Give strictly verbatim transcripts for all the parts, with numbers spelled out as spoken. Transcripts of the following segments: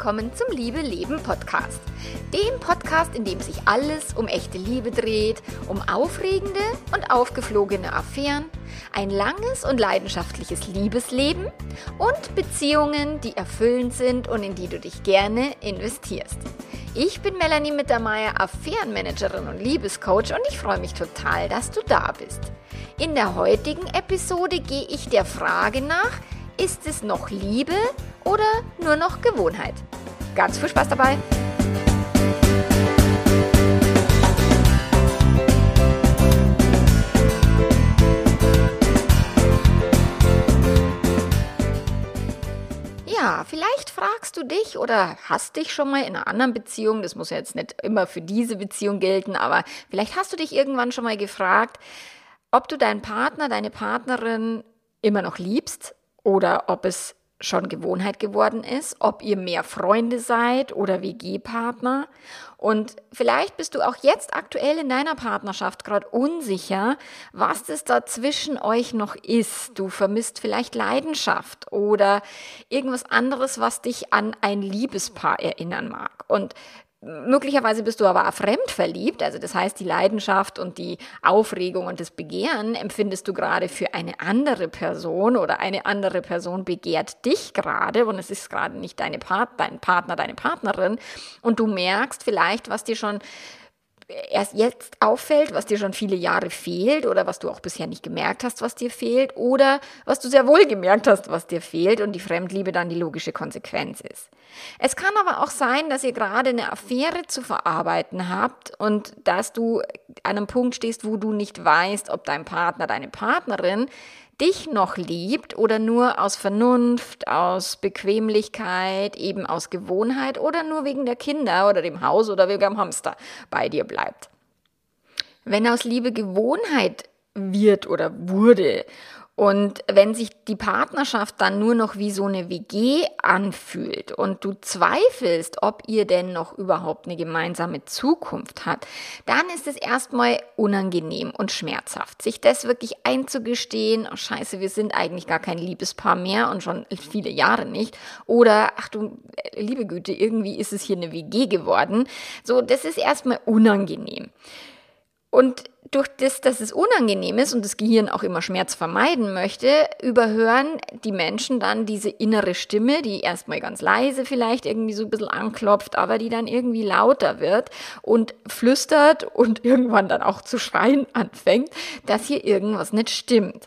willkommen zum Liebe Leben Podcast. Dem Podcast, in dem sich alles um echte Liebe dreht, um aufregende und aufgeflogene Affären, ein langes und leidenschaftliches Liebesleben und Beziehungen, die erfüllend sind und in die du dich gerne investierst. Ich bin Melanie Mittermeier, Affärenmanagerin und Liebescoach und ich freue mich total, dass du da bist. In der heutigen Episode gehe ich der Frage nach, ist es noch Liebe oder nur noch Gewohnheit? Ganz viel Spaß dabei! Ja, vielleicht fragst du dich oder hast dich schon mal in einer anderen Beziehung, das muss ja jetzt nicht immer für diese Beziehung gelten, aber vielleicht hast du dich irgendwann schon mal gefragt, ob du deinen Partner, deine Partnerin immer noch liebst oder ob es schon Gewohnheit geworden ist, ob ihr mehr Freunde seid oder W G-Partner. Und vielleicht bist du auch jetzt aktuell in deiner Partnerschaft gerade unsicher, was es da zwischen euch noch ist. Du vermisst vielleicht Leidenschaft oder irgendwas anderes, was dich an ein Liebespaar erinnern mag. Und möglicherweise bist du aber auch fremdverliebt, also das heißt, die Leidenschaft und die Aufregung und das Begehren empfindest du gerade für eine andere Person oder eine andere Person begehrt dich gerade und es ist gerade nicht deine Part- dein Partner, deine Partnerin und du merkst vielleicht, was dir schon erst jetzt auffällt, was dir schon viele Jahre fehlt oder was du auch bisher nicht gemerkt hast, was dir fehlt oder was du sehr wohl gemerkt hast, was dir fehlt und die Fremdliebe dann die logische Konsequenz ist. Es kann aber auch sein, dass ihr gerade eine Affäre zu verarbeiten habt und dass du an einem Punkt stehst, wo du nicht weißt, ob dein Partner, deine Partnerin dich noch liebt oder nur aus Vernunft, aus Bequemlichkeit, eben aus Gewohnheit oder nur wegen der Kinder oder dem Haus oder wegen dem Hamster bei dir bleibt. Wenn aus Liebe Gewohnheit wird oder wurde und wenn sich die Partnerschaft dann nur noch wie so eine W G anfühlt und du zweifelst, ob ihr denn noch überhaupt eine gemeinsame Zukunft habt, dann ist es erstmal unangenehm und schmerzhaft, sich das wirklich einzugestehen, oh scheiße, wir sind eigentlich gar kein Liebespaar mehr und schon viele Jahre nicht oder ach du liebe Güte, irgendwie ist es hier eine W G geworden. So, das ist erstmal unangenehm. Und durch das, dass es unangenehm ist und das Gehirn auch immer Schmerz vermeiden möchte, überhören die Menschen dann diese innere Stimme, die erstmal ganz leise vielleicht irgendwie so ein bisschen anklopft, aber die dann irgendwie lauter wird und flüstert und irgendwann dann auch zu schreien anfängt, dass hier irgendwas nicht stimmt.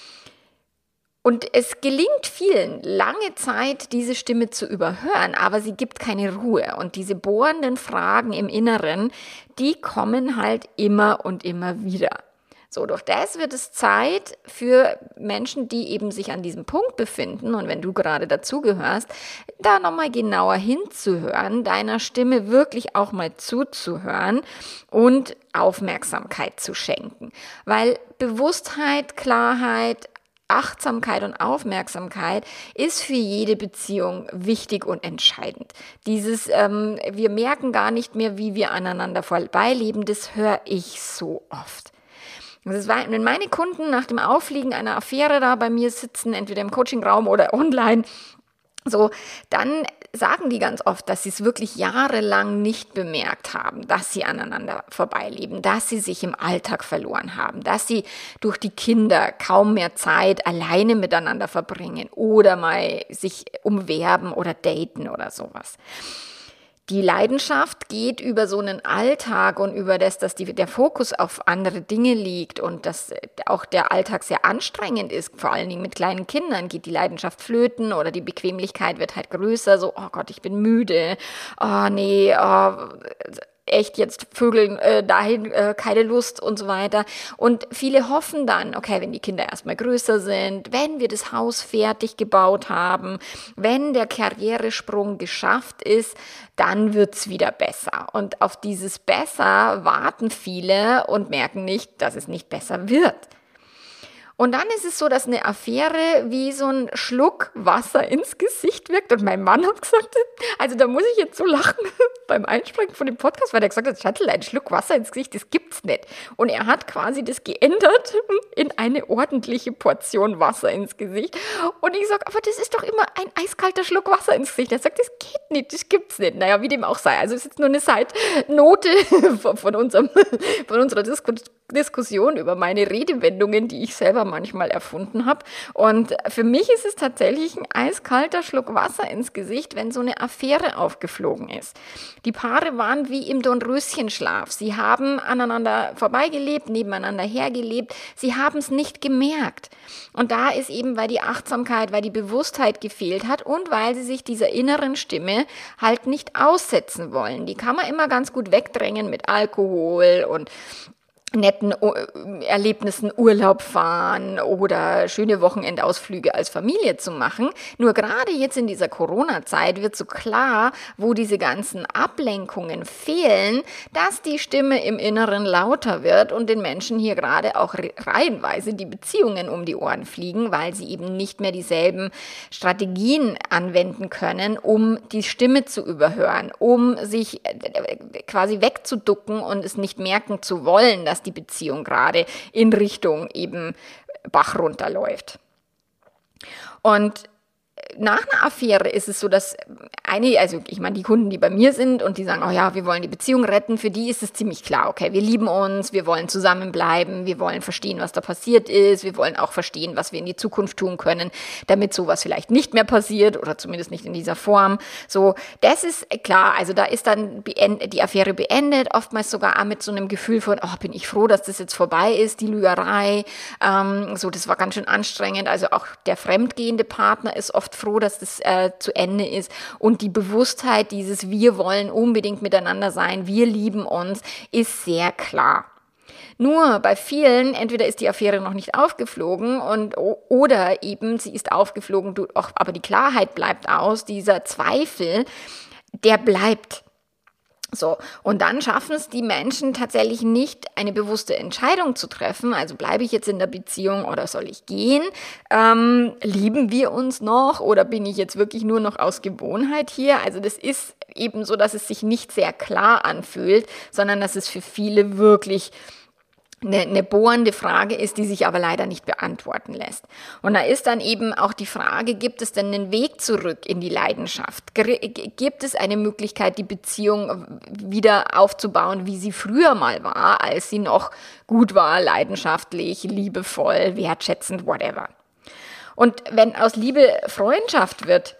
Und es gelingt vielen lange Zeit, diese Stimme zu überhören, aber sie gibt keine Ruhe. Und diese bohrenden Fragen im Inneren, die kommen halt immer und immer wieder. So, durch das wird es Zeit für Menschen, die eben sich an diesem Punkt befinden und wenn du gerade dazugehörst, da nochmal genauer hinzuhören, deiner Stimme wirklich auch mal zuzuhören und Aufmerksamkeit zu schenken. Weil Bewusstheit, Klarheit, Achtsamkeit und Aufmerksamkeit ist für jede Beziehung wichtig und entscheidend. Dieses, ähm, wir merken gar nicht mehr, wie wir aneinander vorbeileben, das höre ich so oft. Das war, wenn meine Kunden nach dem Auffliegen einer Affäre da bei mir sitzen, entweder im Coachingraum oder online, so, dann sagen die ganz oft, dass sie es wirklich jahrelang nicht bemerkt haben, dass sie aneinander vorbeileben, dass sie sich im Alltag verloren haben, dass sie durch die Kinder kaum mehr Zeit alleine miteinander verbringen oder mal sich umwerben oder daten oder sowas. Die Leidenschaft geht über so einen Alltag und über das, dass die, der Fokus auf andere Dinge liegt und dass auch der Alltag sehr anstrengend ist, vor allen Dingen mit kleinen Kindern geht die Leidenschaft flöten oder die Bequemlichkeit wird halt größer, so, oh Gott, ich bin müde, oh nee, oh, echt jetzt Vögeln äh, dahin, äh, keine Lust und so weiter. Und viele hoffen dann, okay, wenn die Kinder erstmal größer sind, wenn wir das Haus fertig gebaut haben, wenn der Karrieresprung geschafft ist, dann wird's wieder besser. Und auf dieses Besser warten viele und merken nicht, dass es nicht besser wird. Und dann ist es so, dass eine Affäre wie so ein Schluck Wasser ins Gesicht wirkt. Und mein Mann hat gesagt, also da muss ich jetzt so lachen beim Einsprechen von dem Podcast, weil er gesagt hat, Schattel, ein Schluck Wasser ins Gesicht, das gibt's nicht. Und er hat quasi das geändert in eine ordentliche Portion Wasser ins Gesicht. Und ich sage, aber das ist doch immer ein eiskalter Schluck Wasser ins Gesicht. Er sagt, das geht nicht, das gibt's nicht. Naja, wie dem auch sei. Also es ist jetzt nur eine Seitnote von, unserem, von unserer Diskussion. Diskussion über meine Redewendungen, die ich selber manchmal erfunden habe. Und für mich ist es tatsächlich ein eiskalter Schluck Wasser ins Gesicht, wenn so eine Affäre aufgeflogen ist. Die Paare waren wie im Dornröschenschlaf. Sie haben aneinander vorbeigelebt, nebeneinander hergelebt. Sie haben es nicht gemerkt. Und da ist eben, weil die Achtsamkeit, weil die Bewusstheit gefehlt hat und weil sie sich dieser inneren Stimme halt nicht aussetzen wollen. Die kann man immer ganz gut wegdrängen mit Alkohol und netten Erlebnissen, Urlaub fahren oder schöne Wochenendausflüge als Familie zu machen. Nur gerade jetzt in dieser Corona-Zeit wird so klar, wo diese ganzen Ablenkungen fehlen, dass die Stimme im Inneren lauter wird und den Menschen hier gerade auch reihenweise die Beziehungen um die Ohren fliegen, weil sie eben nicht mehr dieselben Strategien anwenden können, um die Stimme zu überhören, um sich quasi wegzuducken und es nicht merken zu wollen, dass die Beziehung gerade in Richtung eben Bach runterläuft. Und nach einer Affäre ist es so, dass eine, also ich meine, die Kunden, die bei mir sind und die sagen, oh ja, wir wollen die Beziehung retten, für die ist es ziemlich klar, okay, wir lieben uns, wir wollen zusammenbleiben, wir wollen verstehen, was da passiert ist, wir wollen auch verstehen, was wir in die Zukunft tun können, damit sowas vielleicht nicht mehr passiert oder zumindest nicht in dieser Form. So, das ist klar, also da ist dann die Affäre beendet, oftmals sogar auch mit so einem Gefühl von, oh, bin ich froh, dass das jetzt vorbei ist, die Lügerei, ähm, so, das war ganz schön anstrengend, also auch der fremdgehende Partner ist oft froh, dass das äh, zu Ende ist und die Bewusstheit dieses wir wollen unbedingt miteinander sein, wir lieben uns, ist sehr klar. Nur bei vielen, entweder ist die Affäre noch nicht aufgeflogen und oder eben sie ist aufgeflogen, aber die Klarheit bleibt aus, dieser Zweifel, der bleibt. So, und dann schaffen es die Menschen tatsächlich nicht, eine bewusste Entscheidung zu treffen. Also bleibe ich jetzt in der Beziehung oder soll ich gehen? Ähm, lieben wir uns noch oder bin ich jetzt wirklich nur noch aus Gewohnheit hier? Also das ist eben so, dass es sich nicht sehr klar anfühlt, sondern dass es für viele wirklich Eine, eine bohrende Frage ist, die sich aber leider nicht beantworten lässt. Und da ist dann eben auch die Frage, gibt es denn einen Weg zurück in die Leidenschaft? Gibt es eine Möglichkeit, die Beziehung wieder aufzubauen, wie sie früher mal war, als sie noch gut war, leidenschaftlich, liebevoll, wertschätzend, whatever. Und wenn aus Liebe Freundschaft wird,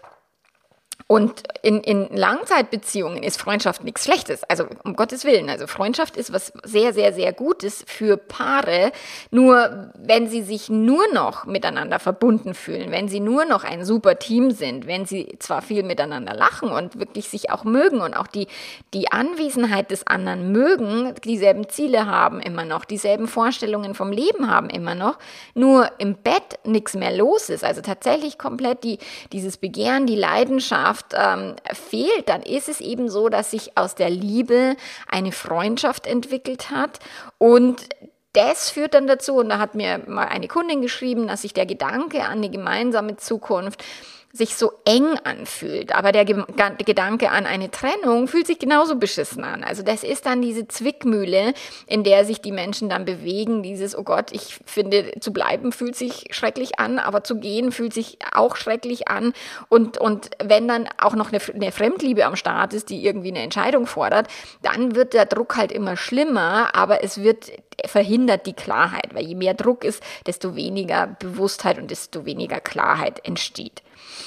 und in, in Langzeitbeziehungen ist Freundschaft nichts Schlechtes, also um Gottes Willen. Also Freundschaft ist was sehr, sehr, sehr Gutes für Paare. Nur wenn sie sich nur noch miteinander verbunden fühlen, wenn sie nur noch ein super Team sind, wenn sie zwar viel miteinander lachen und wirklich sich auch mögen und auch die, die Anwesenheit des anderen mögen, dieselben Ziele haben immer noch, dieselben Vorstellungen vom Leben haben immer noch, nur im Bett nichts mehr los ist, also tatsächlich komplett die, dieses Begehren, die Leidenschaft, Ähm, fehlt, dann ist es eben so, dass sich aus der Liebe eine Freundschaft entwickelt hat und das führt dann dazu, und da hat mir mal eine Kundin geschrieben, dass sich der Gedanke an eine gemeinsame Zukunft sich so eng anfühlt, aber der Ge- Gedanke an eine Trennung fühlt sich genauso beschissen an. Also das ist dann diese Zwickmühle, in der sich die Menschen dann bewegen, dieses, oh Gott, ich finde, zu bleiben fühlt sich schrecklich an, aber zu gehen fühlt sich auch schrecklich an und, und wenn dann auch noch eine, eine Fremdliebe am Start ist, die irgendwie eine Entscheidung fordert, dann wird der Druck halt immer schlimmer, aber es wird verhindert die Klarheit, weil je mehr Druck ist, desto weniger Bewusstheit und desto weniger Klarheit entsteht.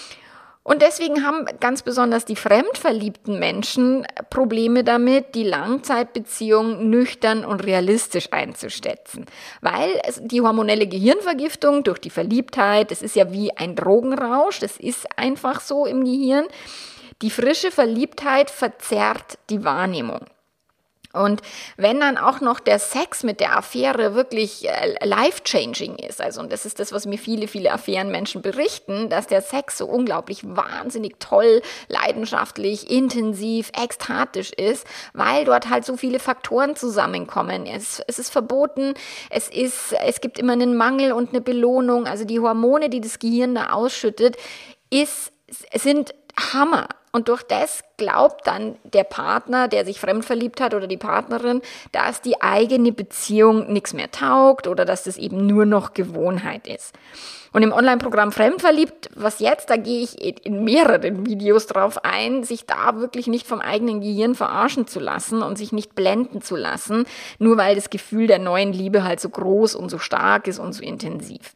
Und deswegen haben ganz besonders die fremdverliebten Menschen Probleme damit, die Langzeitbeziehung nüchtern und realistisch einzuschätzen. Weil es, die hormonelle Gehirnvergiftung durch die Verliebtheit, das ist ja wie ein Drogenrausch, das ist einfach so im Gehirn. Die frische Verliebtheit verzerrt die Wahrnehmung. Und wenn dann auch noch der Sex mit der Affäre wirklich äh, life-changing ist, also und das ist das, was mir viele, viele Affärenmenschen berichten, dass der Sex so unglaublich wahnsinnig toll, leidenschaftlich, intensiv, ekstatisch ist, weil dort halt so viele Faktoren zusammenkommen. Es, es ist verboten, es ist, es gibt immer einen Mangel und eine Belohnung, also die Hormone, die das Gehirn da ausschüttet, ist, sind Hammer. Und durch das glaubt dann der Partner, der sich fremd verliebt hat oder die Partnerin, dass die eigene Beziehung nichts mehr taugt oder dass das eben nur noch Gewohnheit ist. Und im Online-Programm Fremdverliebt, was jetzt, da gehe ich in mehreren Videos drauf ein, sich da wirklich nicht vom eigenen Gehirn verarschen zu lassen und sich nicht blenden zu lassen, nur weil das Gefühl der neuen Liebe halt so groß und so stark ist und so intensiv.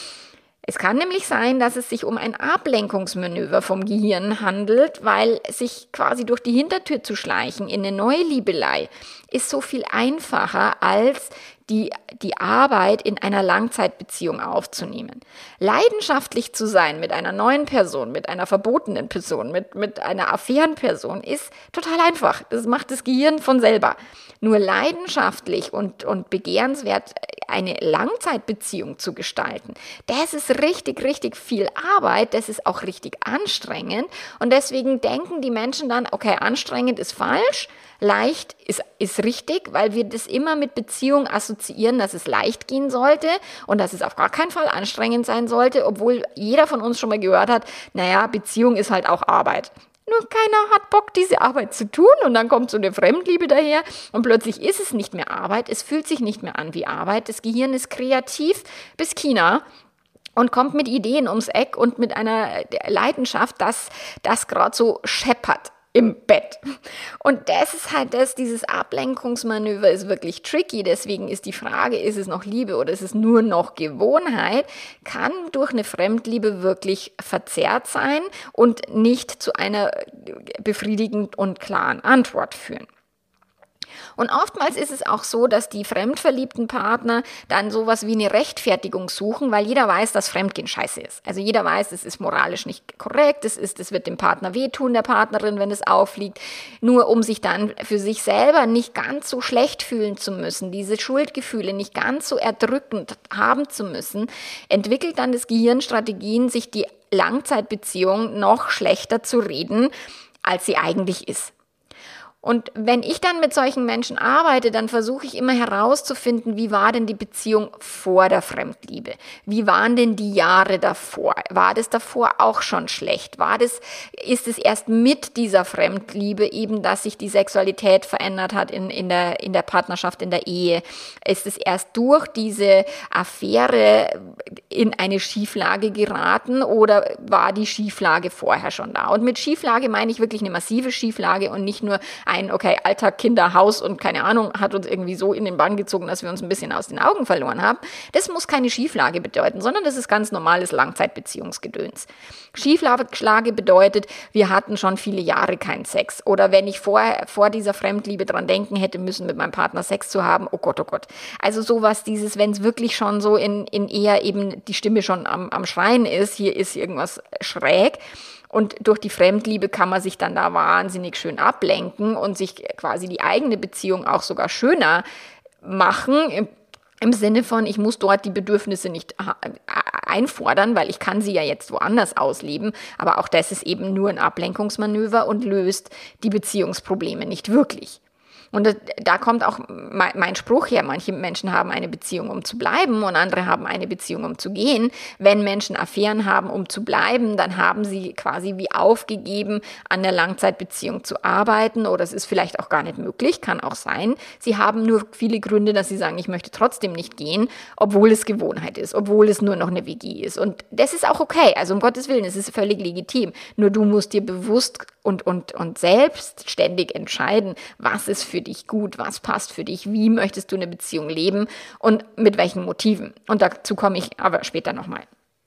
Es kann nämlich sein, dass es sich um ein Ablenkungsmanöver vom Gehirn handelt, weil sich quasi durch die Hintertür zu schleichen in eine neue Liebelei ist so viel einfacher als die, die Arbeit in einer Langzeitbeziehung aufzunehmen. Leidenschaftlich zu sein mit einer neuen Person, mit einer verbotenen Person, mit, mit einer Affärenperson ist total einfach. Das macht das Gehirn von selber. Nur leidenschaftlich und, und begehrenswert eine Langzeitbeziehung zu gestalten, das ist richtig, richtig viel Arbeit, das ist auch richtig anstrengend und deswegen denken die Menschen dann, okay, anstrengend ist falsch, leicht ist, ist richtig, weil wir das immer mit Beziehung assoziieren, dass es leicht gehen sollte und dass es auf gar keinen Fall anstrengend sein sollte, obwohl jeder von uns schon mal gehört hat, naja, Beziehung ist halt auch Arbeit. Nur keiner hat Bock, diese Arbeit zu tun und dann kommt so eine Fremdliebe daher und plötzlich ist es nicht mehr Arbeit, es fühlt sich nicht mehr an wie Arbeit, das Gehirn ist kreativ bis China und kommt mit Ideen ums Eck und mit einer Leidenschaft, dass das gerade so scheppert im Bett. Und das ist halt das, dieses Ablenkungsmanöver ist wirklich tricky, deswegen ist die Frage, ist es noch Liebe oder ist es nur noch Gewohnheit, kann durch eine Fremdliebe wirklich verzerrt sein und nicht zu einer befriedigenden und klaren Antwort führen. Und oftmals ist es auch so, dass die fremdverliebten Partner dann sowas wie eine Rechtfertigung suchen, weil jeder weiß, dass Fremdgehen scheiße ist. Also jeder weiß, es ist moralisch nicht korrekt, es ist, es wird dem Partner wehtun, der Partnerin, wenn es auffliegt. Nur um sich dann für sich selber nicht ganz so schlecht fühlen zu müssen, diese Schuldgefühle nicht ganz so erdrückend haben zu müssen, entwickelt dann das Gehirn Strategien, sich die Langzeitbeziehung noch schlechter zu reden, als sie eigentlich ist. Und wenn ich dann mit solchen Menschen arbeite, dann versuche ich immer herauszufinden, wie war denn die Beziehung vor der Fremdliebe? Wie waren denn die Jahre davor? War das davor auch schon schlecht? War das, ist es erst mit dieser Fremdliebe eben, dass sich die Sexualität verändert hat in, in der, in der Partnerschaft, in der Ehe? Ist es erst durch diese Affäre in eine Schieflage geraten oder war die Schieflage vorher schon da? Und mit Schieflage meine ich wirklich eine massive Schieflage und nicht nur ein, okay, Alltag, Kinder, Haus und keine Ahnung, hat uns irgendwie so in den Bann gezogen, dass wir uns ein bisschen aus den Augen verloren haben. Das muss keine Schieflage bedeuten, sondern das ist ganz normales Langzeitbeziehungsgedöns. Schieflage bedeutet, wir hatten schon viele Jahre keinen Sex. Oder wenn ich vor, vor dieser Fremdliebe dran denken hätte müssen, mit meinem Partner Sex zu haben, oh Gott, oh Gott. Also sowas, dieses, wenn es wirklich schon so in, in eher eben die Stimme schon am, am Schreien ist, hier ist irgendwas schräg. Und durch die Fremdliebe kann man sich dann da wahnsinnig schön ablenken und sich quasi die eigene Beziehung auch sogar schöner machen, im, im Sinne von, ich muss dort die Bedürfnisse nicht einfordern, weil ich kann sie ja jetzt woanders ausleben. Aber auch das ist eben nur ein Ablenkungsmanöver und löst die Beziehungsprobleme nicht wirklich. Und da kommt auch mein Spruch her, manche Menschen haben eine Beziehung, um zu bleiben und andere haben eine Beziehung, um zu gehen. Wenn Menschen Affären haben, um zu bleiben, dann haben sie quasi wie aufgegeben, an der Langzeitbeziehung zu arbeiten oder es ist vielleicht auch gar nicht möglich, kann auch sein. Sie haben nur viele Gründe, dass sie sagen, ich möchte trotzdem nicht gehen, obwohl es Gewohnheit ist, obwohl es nur noch eine W G ist. Und das ist auch okay, also um Gottes Willen, es ist völlig legitim. Nur du musst dir bewusst und, und, und selbstständig entscheiden, was ist für dich gut, was passt für dich, wie möchtest du eine Beziehung leben und mit welchen Motiven. Und dazu komme ich aber später nochmal.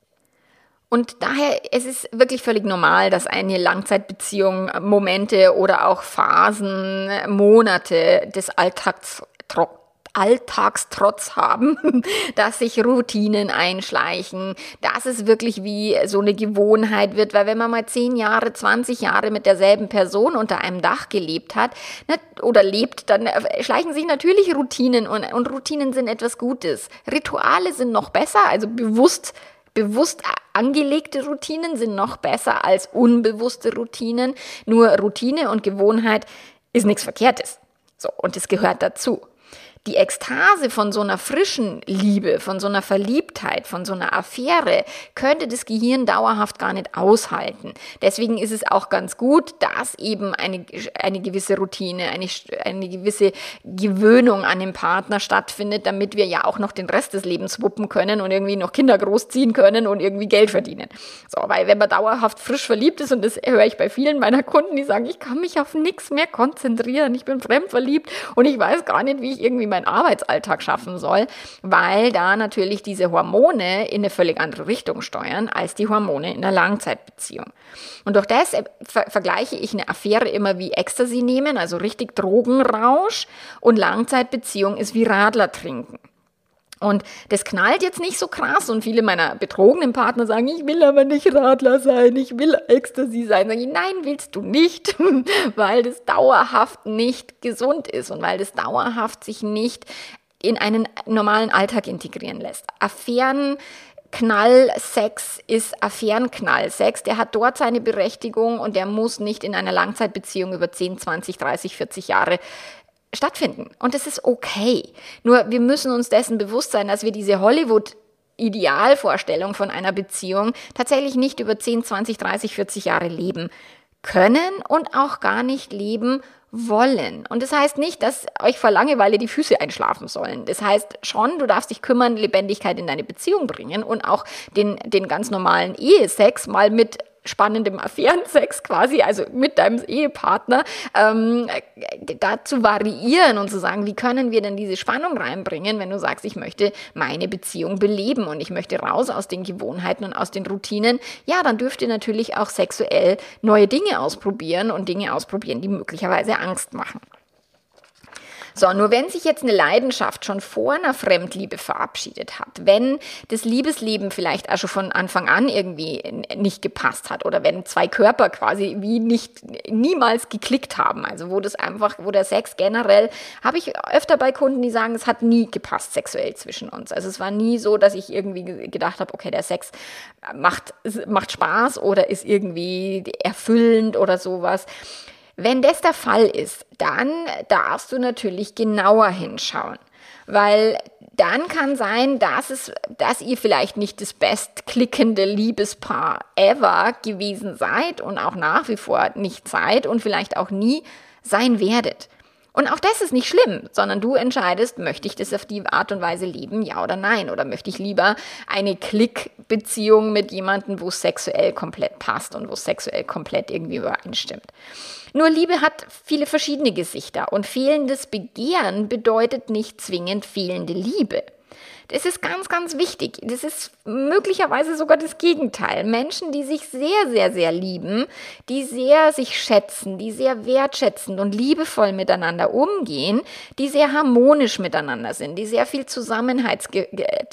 Und daher, es ist wirklich völlig normal, dass eine Langzeitbeziehung Momente oder auch Phasen, Monate des Alltags, Alltagstrotz haben, dass sich Routinen einschleichen, dass es wirklich wie so eine Gewohnheit wird, weil wenn man mal zehn Jahre, zwanzig Jahre mit derselben Person unter einem Dach gelebt hat, ne, oder lebt, dann schleichen sich natürlich Routinen und, und Routinen sind etwas Gutes. Rituale sind noch besser, also bewusst Bewusst angelegte Routinen sind noch besser als unbewusste Routinen. Nur Routine und Gewohnheit ist nichts Verkehrtes. So, und es gehört dazu. Die Ekstase von so einer frischen Liebe, von so einer Verliebtheit, von so einer Affäre könnte das Gehirn dauerhaft gar nicht aushalten. Deswegen ist es auch ganz gut, dass eben eine, eine gewisse Routine, eine, eine gewisse Gewöhnung an den Partner stattfindet, damit wir ja auch noch den Rest des Lebens wuppen können und irgendwie noch Kinder großziehen können und irgendwie Geld verdienen. So, weil wenn man dauerhaft frisch verliebt ist, und das höre ich bei vielen meiner Kunden, die sagen, ich kann mich auf nichts mehr konzentrieren, ich bin fremdverliebt und ich weiß gar nicht, wie ich irgendwie meinen Arbeitsalltag schaffen soll, weil da natürlich diese Hormone in eine völlig andere Richtung steuern als die Hormone in der Langzeitbeziehung. Und durch das ver- vergleiche ich eine Affäre immer wie Ecstasy nehmen, also richtig Drogenrausch, und Langzeitbeziehung ist wie Radler trinken. Und das knallt jetzt nicht so krass und viele meiner betrogenen Partner sagen, ich will aber nicht Radler sein, ich will Ecstasy sein. Sag ich, nein, willst du nicht, weil das dauerhaft nicht gesund ist und weil das dauerhaft sich nicht in einen normalen Alltag integrieren lässt. Affären Knallsex ist Affärenknallsex, der hat dort seine Berechtigung und der muss nicht in einer Langzeitbeziehung über zehn, zwanzig, dreißig, vierzig Jahre stattfinden. Und das ist okay. Nur wir müssen uns dessen bewusst sein, dass wir diese Hollywood-Idealvorstellung von einer Beziehung tatsächlich nicht über zehn, zwanzig, dreißig, vierzig Jahre leben können und auch gar nicht leben wollen. Und das heißt nicht, dass euch vor Langeweile die Füße einschlafen sollen. Das heißt schon, du darfst dich kümmern, Lebendigkeit in deine Beziehung bringen und auch den, den ganz normalen Ehesex mal mit spannendem Affärensex quasi, also mit deinem Ehepartner, ähm, da zu variieren und zu sagen, wie können wir denn diese Spannung reinbringen, wenn du sagst, ich möchte meine Beziehung beleben und ich möchte raus aus den Gewohnheiten und aus den Routinen, ja, dann dürft ihr natürlich auch sexuell neue Dinge ausprobieren und Dinge ausprobieren, die möglicherweise Angst machen. So, nur wenn sich jetzt eine Leidenschaft schon vor einer Fremdliebe verabschiedet hat, wenn das Liebesleben vielleicht auch schon von Anfang an irgendwie nicht gepasst hat oder wenn zwei Körper quasi wie nicht niemals geklickt haben, also wo das einfach, wo der Sex generell, habe ich öfter bei Kunden, die sagen, es hat nie gepasst sexuell zwischen uns. Also es war nie so, dass ich irgendwie gedacht habe, okay, der Sex macht, macht Spaß oder ist irgendwie erfüllend oder sowas. Wenn das der Fall ist, dann darfst du natürlich genauer hinschauen, weil dann kann sein, dass es, dass ihr vielleicht nicht das bestklickende Liebespaar ever gewesen seid und auch nach wie vor nicht seid und vielleicht auch nie sein werdet. Und auch das ist nicht schlimm, sondern du entscheidest, möchte ich das auf die Art und Weise leben, ja oder nein? Oder möchte ich lieber eine Klickbeziehung mit jemandem, wo es sexuell komplett passt und wo es sexuell komplett irgendwie übereinstimmt? Nur Liebe hat viele verschiedene Gesichter und fehlendes Begehren bedeutet nicht zwingend fehlende Liebe. Das ist ganz, ganz wichtig. Das ist möglicherweise sogar das Gegenteil. Menschen, die sich sehr, sehr, sehr lieben, die sehr sich schätzen, die sehr wertschätzend und liebevoll miteinander umgehen, die sehr harmonisch miteinander sind, die sehr viel Zusammenheitsge-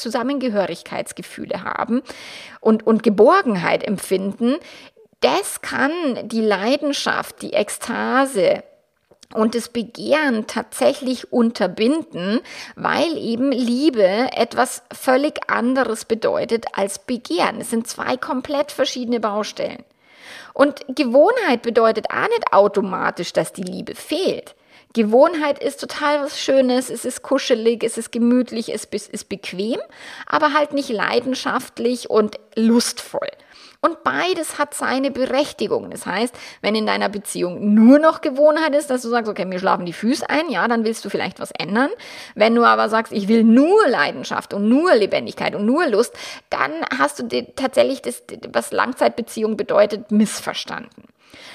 Zusammengehörigkeitsgefühle haben und, und Geborgenheit empfinden, das kann die Leidenschaft, die Ekstase und das Begehren tatsächlich unterbinden, weil eben Liebe etwas völlig anderes bedeutet als Begehren. Es sind zwei komplett verschiedene Baustellen. Und Gewohnheit bedeutet auch nicht automatisch, dass die Liebe fehlt. Gewohnheit ist total was Schönes, es ist kuschelig, es ist gemütlich, es ist bequem, aber halt nicht leidenschaftlich und lustvoll. Und beides hat seine Berechtigung. Das heißt, wenn in deiner Beziehung nur noch Gewohnheit ist, dass du sagst, okay, mir schlafen die Füße ein, ja, dann willst du vielleicht was ändern. Wenn du aber sagst, ich will nur Leidenschaft und nur Lebendigkeit und nur Lust, dann hast du tatsächlich das, was Langzeitbeziehung bedeutet, missverstanden.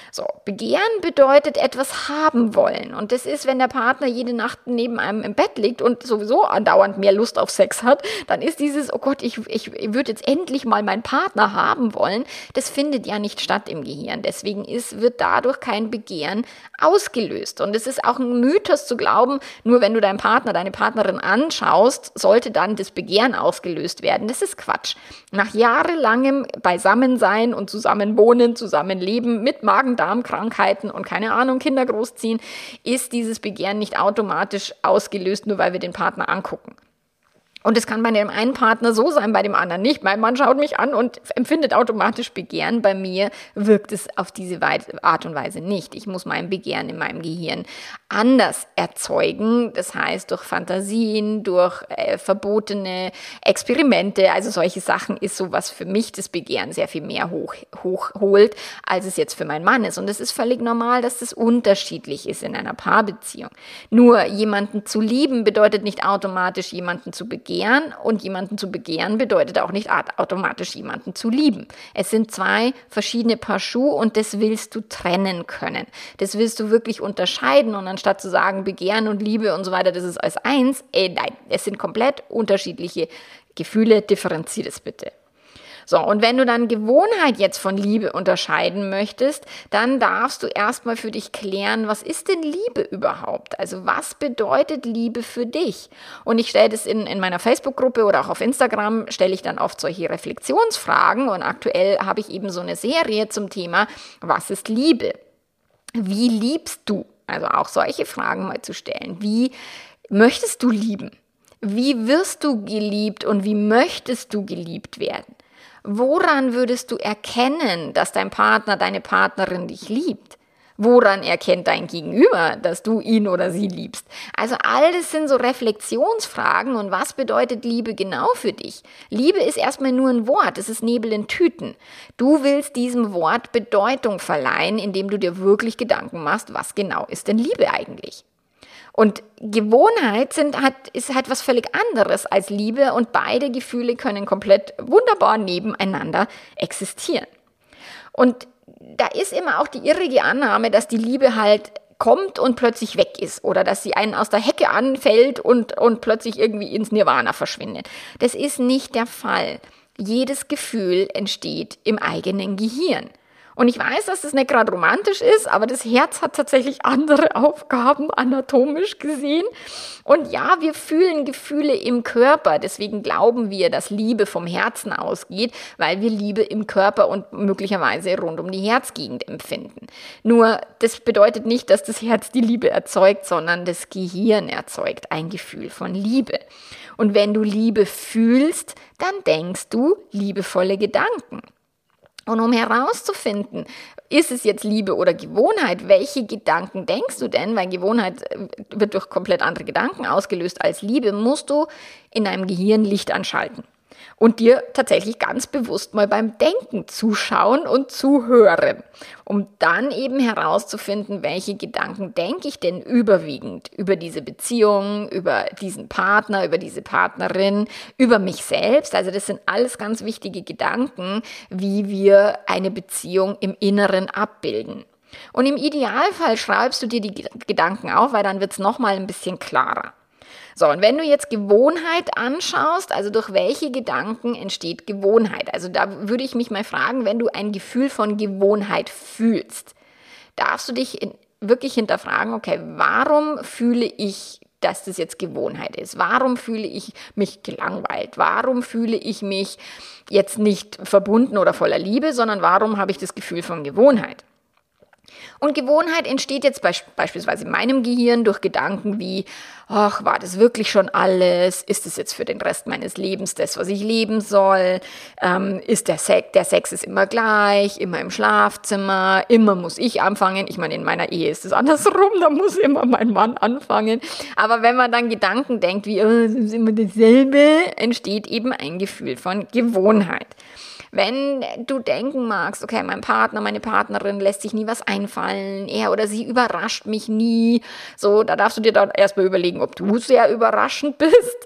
So, Begehren bedeutet etwas haben wollen. Und das ist, wenn der Partner jede Nacht neben einem im Bett liegt und sowieso andauernd mehr Lust auf Sex hat, dann ist dieses, oh Gott, ich, ich, ich würde jetzt endlich mal meinen Partner haben wollen, das findet ja nicht statt im Gehirn. Deswegen ist, wird dadurch kein Begehren ausgelöst. Und es ist auch ein Mythos zu glauben, nur wenn du deinen Partner, deine Partnerin anschaust, sollte dann das Begehren ausgelöst werden. Das ist Quatsch. Nach jahrelangem Beisammensein und Zusammenwohnen, Zusammenleben mit Magen-Darm-Krankheiten und keine Ahnung, Kinder großziehen, ist dieses Begehren nicht automatisch ausgelöst, nur weil wir den Partner angucken. Und es kann bei dem einen Partner so sein, bei dem anderen nicht. Mein Mann schaut mich an und empfindet automatisch Begehren. Bei mir wirkt es auf diese Art und Weise nicht. Ich muss mein Begehren in meinem Gehirn anders erzeugen. Das heißt, durch Fantasien, durch äh, verbotene Experimente, also solche Sachen ist sowas für mich das Begehren sehr viel mehr hoch, hochholt, als es jetzt für meinen Mann ist. Und es ist völlig normal, dass das unterschiedlich ist in einer Paarbeziehung. Nur jemanden zu lieben bedeutet nicht automatisch jemanden zu begehren. Und jemanden zu begehren bedeutet auch nicht automatisch jemanden zu lieben. Es sind zwei verschiedene Paar Schuhe und das willst du trennen können. Das willst du wirklich unterscheiden und anstatt zu sagen Begehren und Liebe und so weiter, das ist alles eins, ey, nein, es sind komplett unterschiedliche Gefühle, differenzier das bitte. So, und wenn du dann Gewohnheit jetzt von Liebe unterscheiden möchtest, dann darfst du erstmal für dich klären, was ist denn Liebe überhaupt? Also was bedeutet Liebe für dich? Und ich stelle das in, in meiner Facebook-Gruppe oder auch auf Instagram, stelle ich dann oft solche Reflexionsfragen und aktuell habe ich eben so eine Serie zum Thema, was ist Liebe? Wie liebst du? Also auch solche Fragen mal zu stellen. Wie möchtest du lieben? Wie wirst du geliebt und wie möchtest du geliebt werden? Woran würdest du erkennen, dass dein Partner, deine Partnerin dich liebt? Woran erkennt dein Gegenüber, dass du ihn oder sie liebst? Also all das sind so Reflexionsfragen und was bedeutet Liebe genau für dich? Liebe ist erstmal nur ein Wort, es ist Nebel in Tüten. Du willst diesem Wort Bedeutung verleihen, indem du dir wirklich Gedanken machst, was genau ist denn Liebe eigentlich? Und Gewohnheit sind, hat, ist halt was völlig anderes als Liebe und beide Gefühle können komplett wunderbar nebeneinander existieren. Und da ist immer auch die irrige Annahme, dass die Liebe halt kommt und plötzlich weg ist oder dass sie einen aus der Hecke anfällt und, und plötzlich irgendwie ins Nirvana verschwindet. Das ist nicht der Fall. Jedes Gefühl entsteht im eigenen Gehirn. Und ich weiß, dass das nicht gerade romantisch ist, aber das Herz hat tatsächlich andere Aufgaben, anatomisch gesehen. Und ja, wir fühlen Gefühle im Körper. Deswegen glauben wir, dass Liebe vom Herzen ausgeht, weil wir Liebe im Körper und möglicherweise rund um die Herzgegend empfinden. Nur, das bedeutet nicht, dass das Herz die Liebe erzeugt, sondern das Gehirn erzeugt ein Gefühl von Liebe. Und wenn du Liebe fühlst, dann denkst du liebevolle Gedanken. Und um herauszufinden, ist es jetzt Liebe oder Gewohnheit, welche Gedanken denkst du denn? Weil Gewohnheit wird durch komplett andere Gedanken ausgelöst als Liebe, musst du in deinem Gehirn Licht anschalten und dir tatsächlich ganz bewusst mal beim Denken zuschauen und zuhören, um dann eben herauszufinden, welche Gedanken denke ich denn überwiegend über diese Beziehung, über diesen Partner, über diese Partnerin, über mich selbst. Also das sind alles ganz wichtige Gedanken, wie wir eine Beziehung im Inneren abbilden. Und im Idealfall schreibst du dir die Gedanken auf, weil dann wird es nochmal ein bisschen klarer. So, und wenn du jetzt Gewohnheit anschaust, also durch welche Gedanken entsteht Gewohnheit? Also da würde ich mich mal fragen, wenn du ein Gefühl von Gewohnheit fühlst, darfst du dich in, wirklich hinterfragen, okay, warum fühle ich, dass das jetzt Gewohnheit ist? Warum fühle ich mich gelangweilt? Warum fühle ich mich jetzt nicht verbunden oder voller Liebe, sondern warum habe ich das Gefühl von Gewohnheit? Und Gewohnheit entsteht jetzt beisp- beispielsweise in meinem Gehirn durch Gedanken wie, ach, war das wirklich schon alles? Ist es jetzt für den Rest meines Lebens das, was ich leben soll? Ähm, ist der Sex, der Sex ist immer gleich, immer im Schlafzimmer, immer muss ich anfangen. Ich meine, in meiner Ehe ist es andersrum, da muss immer mein Mann anfangen. Aber wenn man dann Gedanken denkt wie, oh, es ist immer dasselbe, entsteht eben ein Gefühl von Gewohnheit. Wenn du denken magst, okay, mein Partner, meine Partnerin lässt sich nie was einfallen, er oder sie überrascht mich nie, so, da darfst du dir dann erstmal überlegen, ob du sehr überraschend bist,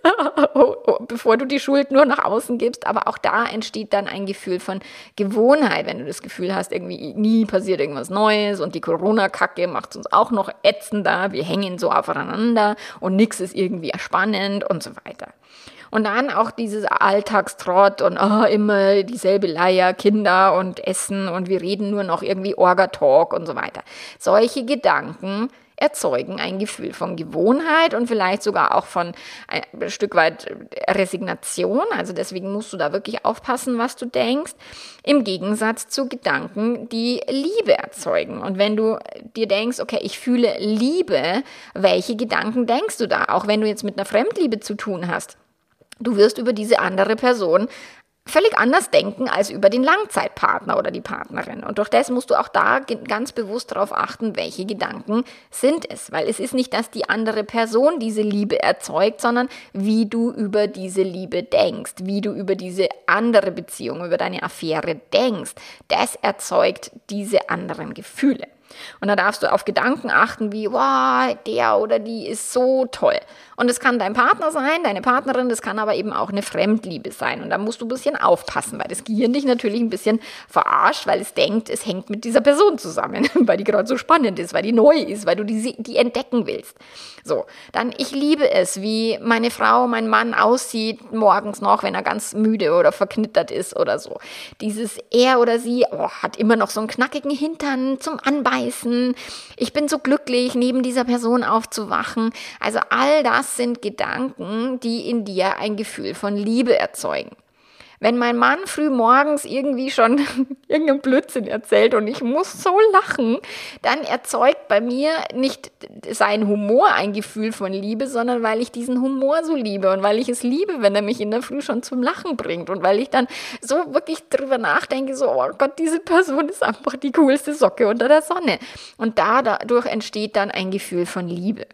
bevor du die Schuld nur nach außen gibst, aber auch da entsteht dann ein Gefühl von Gewohnheit, wenn du das Gefühl hast, irgendwie nie passiert irgendwas Neues und die Corona-Kacke macht es uns auch noch ätzender, wir hängen so aufeinander und nichts ist irgendwie spannend und so weiter. Und dann auch dieses Alltagstrott und oh, immer dieselbe Leier, Kinder und Essen und wir reden nur noch irgendwie Orga-Talk und so weiter. Solche Gedanken erzeugen ein Gefühl von Gewohnheit und vielleicht sogar auch von ein Stück weit Resignation. Also deswegen musst du da wirklich aufpassen, was du denkst, im Gegensatz zu Gedanken, die Liebe erzeugen. Und wenn du dir denkst, okay, ich fühle Liebe, welche Gedanken denkst du da? Auch wenn du jetzt mit einer Fremdliebe zu tun hast. Du wirst über diese andere Person völlig anders denken als über den Langzeitpartner oder die Partnerin. Und durch das musst du auch da ganz bewusst darauf achten, welche Gedanken sind es. Weil es ist nicht, dass die andere Person diese Liebe erzeugt, sondern wie du über diese Liebe denkst, wie du über diese andere Beziehung, über deine Affäre denkst. Das erzeugt diese anderen Gefühle. Und da darfst du auf Gedanken achten wie, wow, der oder die ist so toll. Und es kann dein Partner sein, deine Partnerin, das kann aber eben auch eine Fremdliebe sein. Und da musst du ein bisschen aufpassen, weil das Gehirn dich natürlich ein bisschen verarscht, weil es denkt, es hängt mit dieser Person zusammen, weil die gerade so spannend ist, weil die neu ist, weil du die, die entdecken willst. So, dann ich liebe es, wie meine Frau, mein Mann aussieht morgens noch, wenn er ganz müde oder verknittert ist oder so. Dieses er oder sie oh, hat immer noch so einen knackigen Hintern zum Anbeißen. Ich bin so glücklich, neben dieser Person aufzuwachen. Also all das sind Gedanken, die in dir ein Gefühl von Liebe erzeugen. Wenn mein Mann früh morgens irgendwie schon irgendeinen Blödsinn erzählt und ich muss so lachen, dann erzeugt bei mir nicht sein Humor ein Gefühl von Liebe, sondern weil ich diesen Humor so liebe und weil ich es liebe, wenn er mich in der Früh schon zum Lachen bringt und weil ich dann so wirklich drüber nachdenke, so, oh Gott, diese Person ist einfach die coolste Socke unter der Sonne. Und dadurch entsteht dann ein Gefühl von Liebe.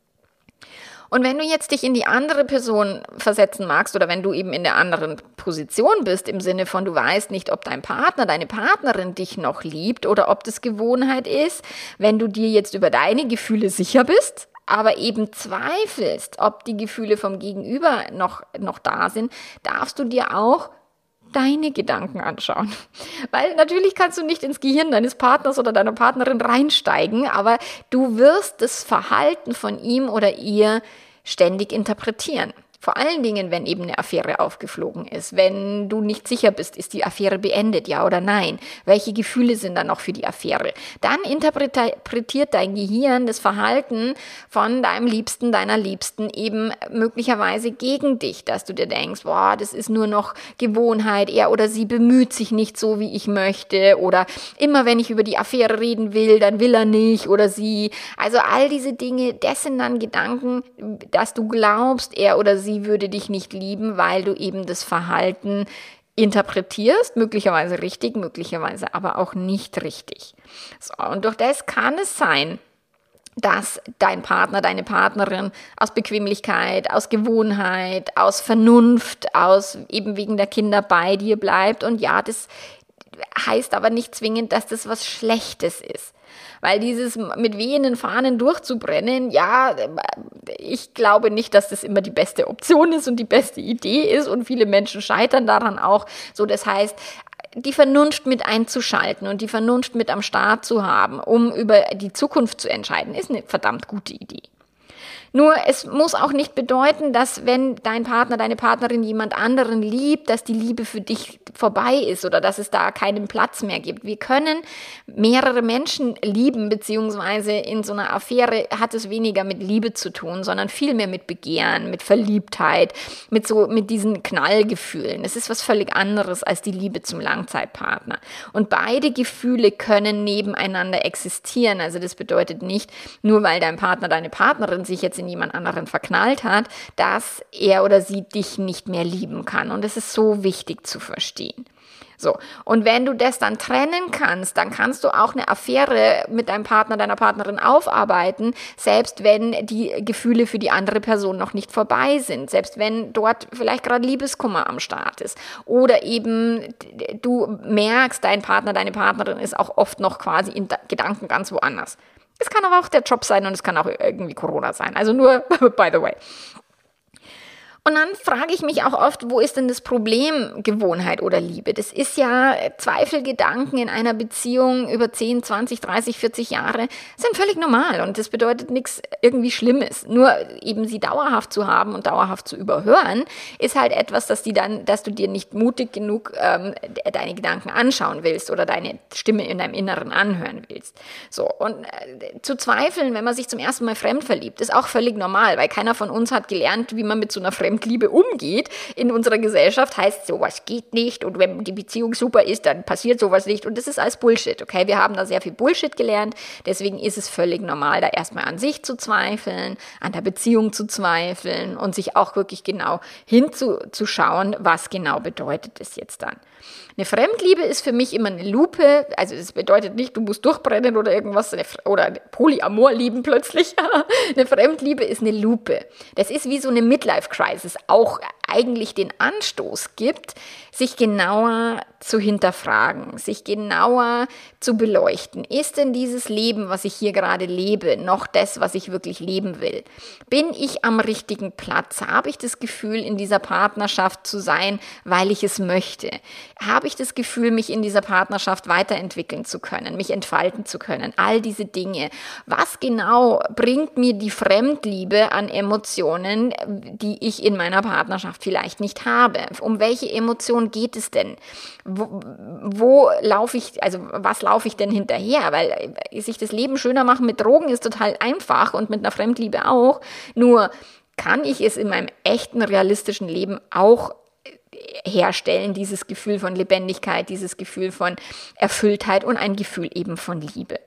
Und wenn du jetzt dich in die andere Person versetzen magst oder wenn du eben in der anderen Position bist, im Sinne von, du weißt nicht, ob dein Partner, deine Partnerin dich noch liebt oder ob das Gewohnheit ist, wenn du dir jetzt über deine Gefühle sicher bist, aber eben zweifelst, ob die Gefühle vom Gegenüber noch, noch da sind, darfst du dir auch deine Gedanken anschauen. Weil natürlich kannst du nicht ins Gehirn deines Partners oder deiner Partnerin reinsteigen, aber du wirst das Verhalten von ihm oder ihr ständig interpretieren. Vor allen Dingen, wenn eben eine Affäre aufgeflogen ist, wenn du nicht sicher bist, ist die Affäre beendet, ja oder nein? Welche Gefühle sind da noch für die Affäre? Dann interpretiert dein Gehirn das Verhalten von deinem Liebsten, deiner Liebsten eben möglicherweise gegen dich, dass du dir denkst, boah, das ist nur noch Gewohnheit, er oder sie bemüht sich nicht so, wie ich möchte oder immer wenn ich über die Affäre reden will, dann will er nicht oder sie. Also all diese Dinge, das sind dann Gedanken, dass du glaubst, er oder sie würde dich nicht lieben, weil du eben das Verhalten interpretierst, möglicherweise richtig, möglicherweise aber auch nicht richtig. So, und durch das kann es sein, dass dein Partner, deine Partnerin aus Bequemlichkeit, aus Gewohnheit, aus Vernunft, aus eben wegen der Kinder bei dir bleibt. Und ja, das heißt aber nicht zwingend, dass das was Schlechtes ist. Weil dieses mit wehenden Fahnen durchzubrennen, ja, ich glaube nicht, dass das immer die beste Option ist und die beste Idee ist und viele Menschen scheitern daran auch. So, das heißt, die Vernunft mit einzuschalten und die Vernunft mit am Start zu haben, um über die Zukunft zu entscheiden, ist eine verdammt gute Idee. Nur es muss auch nicht bedeuten, dass wenn dein Partner, deine Partnerin jemand anderen liebt, dass die Liebe für dich vorbei ist oder dass es da keinen Platz mehr gibt. Wir können mehrere Menschen lieben, beziehungsweise in so einer Affäre hat es weniger mit Liebe zu tun, sondern viel mehr mit Begehren, mit Verliebtheit, mit so, mit diesen Knallgefühlen. Es ist was völlig anderes als die Liebe zum Langzeitpartner. Und beide Gefühle können nebeneinander existieren. Also das bedeutet nicht, nur weil dein Partner, deine Partnerin sich jetzt in jemand anderen verknallt hat, dass er oder sie dich nicht mehr lieben kann. Und das ist so wichtig zu verstehen. So, und wenn du das dann trennen kannst, dann kannst du auch eine Affäre mit deinem Partner, deiner Partnerin aufarbeiten, selbst wenn die Gefühle für die andere Person noch nicht vorbei sind, selbst wenn dort vielleicht gerade Liebeskummer am Start ist oder eben du merkst, dein Partner, deine Partnerin ist auch oft noch quasi in Gedanken ganz woanders. Es kann aber auch der Job sein und es kann auch irgendwie Corona sein, also nur by the way. Und dann frage ich mich auch oft, wo ist denn das Problem Gewohnheit oder Liebe? Das ist ja Zweifelgedanken in einer Beziehung über zehn, zwanzig, dreißig, vierzig Jahre sind völlig normal und das bedeutet nichts irgendwie Schlimmes. Nur eben sie dauerhaft zu haben und dauerhaft zu überhören, ist halt etwas, dass die dann, dass du dir nicht mutig genug ähm, deine Gedanken anschauen willst oder deine Stimme in deinem Inneren anhören willst. So, und äh, zu zweifeln, wenn man sich zum ersten Mal fremd verliebt, ist auch völlig normal, weil keiner von uns hat gelernt, wie man mit so einer Fremd Liebe umgeht in unserer Gesellschaft, heißt, sowas geht nicht und wenn die Beziehung super ist, dann passiert sowas nicht und das ist alles Bullshit, okay? Wir haben da sehr viel Bullshit gelernt, deswegen ist es völlig normal, da erstmal an sich zu zweifeln, an der Beziehung zu zweifeln und sich auch wirklich genau hinzuschauen, was genau bedeutet es jetzt dann. Eine Fremdliebe ist für mich immer eine Lupe, also das bedeutet nicht, du musst durchbrennen oder irgendwas, oder Polyamor lieben plötzlich. Eine Fremdliebe ist eine Lupe. Das ist wie so eine Midlife-Crisis, auch eigentlich den Anstoß gibt, sich genauer zu hinterfragen, sich genauer zu beleuchten. Ist denn dieses Leben, was ich hier gerade lebe, noch das, was ich wirklich leben will? Bin ich am richtigen Platz? Habe ich das Gefühl, in dieser Partnerschaft zu sein, weil ich es möchte? Habe ich das Gefühl, mich in dieser Partnerschaft weiterentwickeln zu können, mich entfalten zu können? All diese Dinge. Was genau bringt mir die Fremdliebe an Emotionen, die ich in meiner Partnerschaft vielleicht nicht habe? Um welche Emotion geht es denn? Wo, wo laufe ich, also was laufe ich denn hinterher? Weil sich das Leben schöner machen mit Drogen ist total einfach und mit einer Fremdliebe auch. Nur kann ich es in meinem echten, realistischen Leben auch herstellen, dieses Gefühl von Lebendigkeit, dieses Gefühl von Erfülltheit und ein Gefühl eben von Liebe.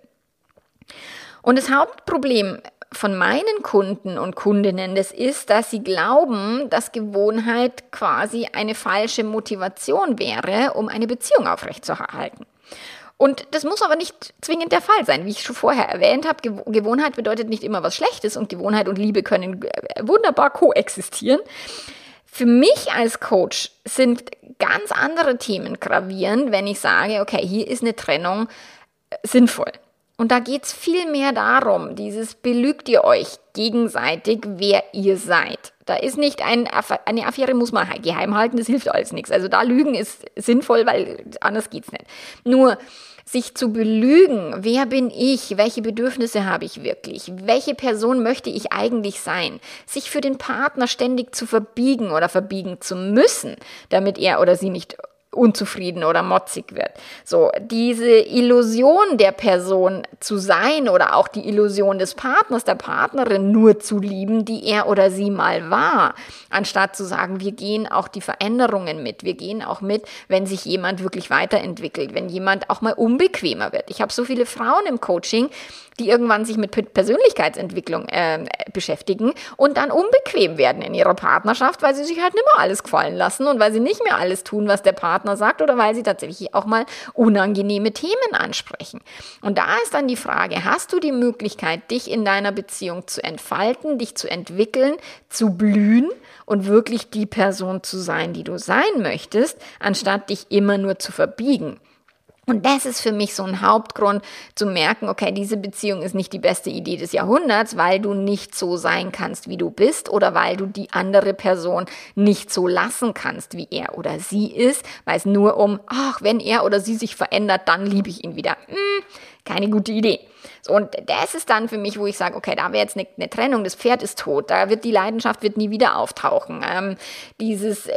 Und das Hauptproblem von meinen Kunden und Kundinnen, das ist, dass sie glauben, dass Gewohnheit quasi eine falsche Motivation wäre, um eine Beziehung aufrechtzuerhalten. Und das muss aber nicht zwingend der Fall sein. Wie ich schon vorher erwähnt habe, Gewohnheit bedeutet nicht immer was Schlechtes und Gewohnheit und Liebe können wunderbar koexistieren. Für mich als Coach sind ganz andere Themen gravierend, wenn ich sage, okay, hier ist eine Trennung sinnvoll. Und da geht es viel mehr darum, dieses belügt ihr euch gegenseitig, wer ihr seid. Da ist nicht ein, eine Affäre, muss man geheim halten, das hilft alles nichts. Also da lügen ist sinnvoll, weil anders geht's nicht. Nur sich zu belügen, wer bin ich, welche Bedürfnisse habe ich wirklich, welche Person möchte ich eigentlich sein, sich für den Partner ständig zu verbiegen oder verbiegen zu müssen, damit er oder sie nicht unzufrieden oder motzig wird. So, diese Illusion der Person zu sein oder auch die Illusion des Partners, der Partnerin nur zu lieben, die er oder sie mal war, anstatt zu sagen, wir gehen auch die Veränderungen mit, wir gehen auch mit, wenn sich jemand wirklich weiterentwickelt, wenn jemand auch mal unbequemer wird. Ich habe so viele Frauen im Coaching, die irgendwann sich mit Persönlichkeitsentwicklung äh, beschäftigen und dann unbequem werden in ihrer Partnerschaft, weil sie sich halt nicht mehr alles gefallen lassen und weil sie nicht mehr alles tun, was der Partner sagt oder weil sie tatsächlich auch mal unangenehme Themen ansprechen. Und da ist dann die Frage, hast du die Möglichkeit, dich in deiner Beziehung zu entfalten, dich zu entwickeln, zu blühen und wirklich die Person zu sein, die du sein möchtest, anstatt dich immer nur zu verbiegen? Und das ist für mich so ein Hauptgrund zu merken, okay, diese Beziehung ist nicht die beste Idee des Jahrhunderts, weil du nicht so sein kannst, wie du bist oder weil du die andere Person nicht so lassen kannst, wie er oder sie ist, weil es nur um, ach, wenn er oder sie sich verändert, dann liebe ich ihn wieder. Hm, keine gute Idee. So, und das ist dann für mich, wo ich sage, okay, da wäre jetzt eine, eine Trennung, das Pferd ist tot, da wird die Leidenschaft wird nie wieder auftauchen. Ähm, dieses,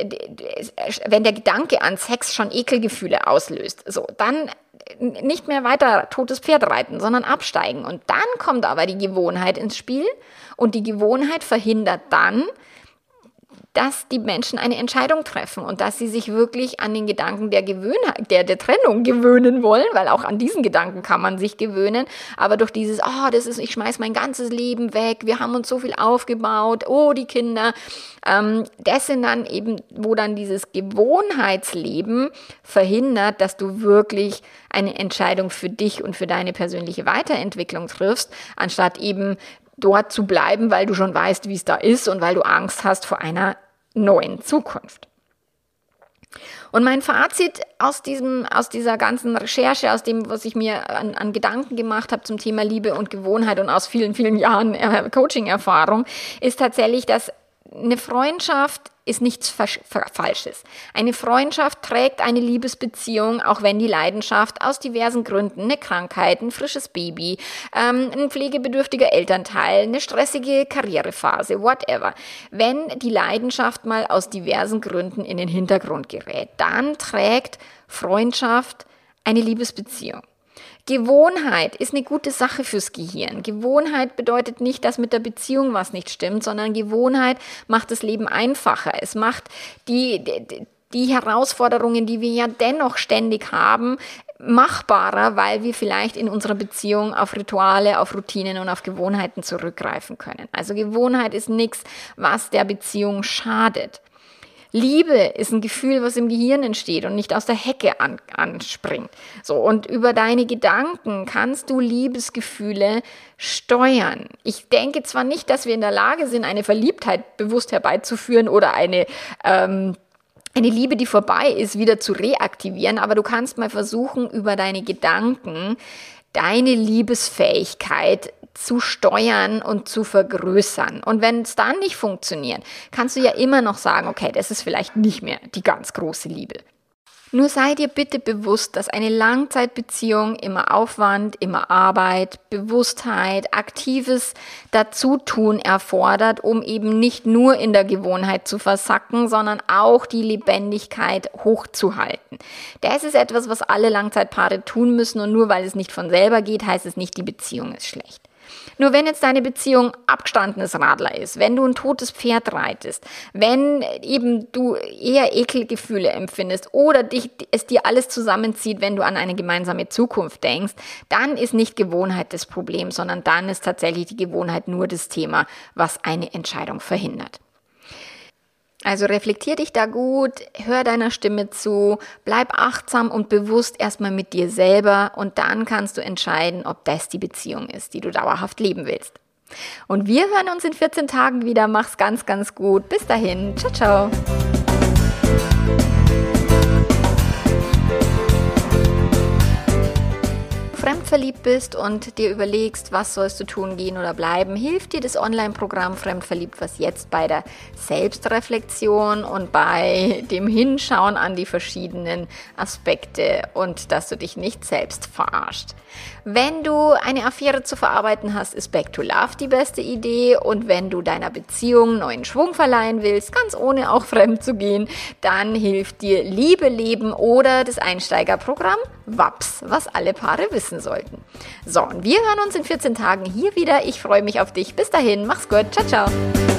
wenn der Gedanke an Sex schon Ekelgefühle auslöst, so, dann nicht mehr weiter totes Pferd reiten, sondern absteigen. Und dann kommt aber die Gewohnheit ins Spiel und die Gewohnheit verhindert dann dass die Menschen eine Entscheidung treffen und dass sie sich wirklich an den Gedanken der, Gewöhnheit, der, der Trennung gewöhnen wollen, weil auch an diesen Gedanken kann man sich gewöhnen, aber durch dieses, oh, das ist, ich schmeiß mein ganzes Leben weg, wir haben uns so viel aufgebaut, oh, die Kinder, ähm, das sind dann eben, wo dann dieses Gewohnheitsleben verhindert, dass du wirklich eine Entscheidung für dich und für deine persönliche Weiterentwicklung triffst, anstatt eben dort zu bleiben, weil du schon weißt, wie es da ist und weil du Angst hast vor einer neuen Zukunft. Und mein Fazit aus diesem, aus dieser ganzen Recherche, aus dem, was ich mir an, an Gedanken gemacht habe zum Thema Liebe und Gewohnheit und aus vielen, vielen Jahren äh, Coaching-Erfahrung, ist tatsächlich, dass eine Freundschaft ist nichts Falsches. Eine Freundschaft trägt eine Liebesbeziehung, auch wenn die Leidenschaft aus diversen Gründen, eine Krankheit, ein frisches Baby, ähm, ein pflegebedürftiger Elternteil, eine stressige Karrierephase, whatever. Wenn die Leidenschaft mal aus diversen Gründen in den Hintergrund gerät, dann trägt Freundschaft eine Liebesbeziehung. Gewohnheit ist eine gute Sache fürs Gehirn. Gewohnheit bedeutet nicht, dass mit der Beziehung was nicht stimmt, sondern Gewohnheit macht das Leben einfacher. Es macht die, die, die Herausforderungen, die wir ja dennoch ständig haben, machbarer, weil wir vielleicht in unserer Beziehung auf Rituale, auf Routinen und auf Gewohnheiten zurückgreifen können. Also Gewohnheit ist nichts, was der Beziehung schadet. Liebe ist ein Gefühl, was im Gehirn entsteht und nicht aus der Hecke an, anspringt. So, und über deine Gedanken kannst du Liebesgefühle steuern. Ich denke zwar nicht, dass wir in der Lage sind, eine Verliebtheit bewusst herbeizuführen oder eine, ähm, eine Liebe, die vorbei ist, wieder zu reaktivieren, aber du kannst mal versuchen, über deine Gedanken deine Liebesfähigkeit zu steuern und zu vergrößern. Und wenn es dann nicht funktioniert, kannst du ja immer noch sagen, okay, das ist vielleicht nicht mehr die ganz große Liebe. Nur sei dir bitte bewusst, dass eine Langzeitbeziehung immer Aufwand, immer Arbeit, Bewusstheit, aktives Dazutun erfordert, um eben nicht nur in der Gewohnheit zu versacken, sondern auch die Lebendigkeit hochzuhalten. Das ist etwas, was alle Langzeitpaare tun müssen, und nur weil es nicht von selber geht, heißt es nicht, die Beziehung ist schlecht. Nur wenn jetzt deine Beziehung abgestandenes Radler ist, wenn du ein totes Pferd reitest, wenn eben du eher Ekelgefühle empfindest oder dich, es dir alles zusammenzieht, wenn du an eine gemeinsame Zukunft denkst, dann ist nicht Gewohnheit das Problem, sondern dann ist tatsächlich die Gewohnheit nur das Thema, was eine Entscheidung verhindert. Also reflektier dich da gut, hör deiner Stimme zu, bleib achtsam und bewusst erstmal mit dir selber, und dann kannst du entscheiden, ob das die Beziehung ist, die du dauerhaft leben willst. Und wir hören uns in vierzehn Tagen wieder. Mach's ganz, ganz gut. Bis dahin. Ciao, ciao. Fremdverliebt bist und dir überlegst, was sollst du tun, gehen oder bleiben, hilft dir das Online-Programm Fremdverliebt, was jetzt bei der Selbstreflexion und bei dem Hinschauen an die verschiedenen Aspekte und dass du dich nicht selbst verarscht. Wenn du eine Affäre zu verarbeiten hast, ist Back to Love die beste Idee, und wenn du deiner Beziehung neuen Schwung verleihen willst, ganz ohne auch fremd zu gehen, dann hilft dir Liebe leben oder das Einsteigerprogramm W A P S, was alle Paare wissen sollten. So, und wir hören uns in vierzehn Tagen hier wieder. Ich freue mich auf dich. Bis dahin, mach's gut. Ciao, ciao.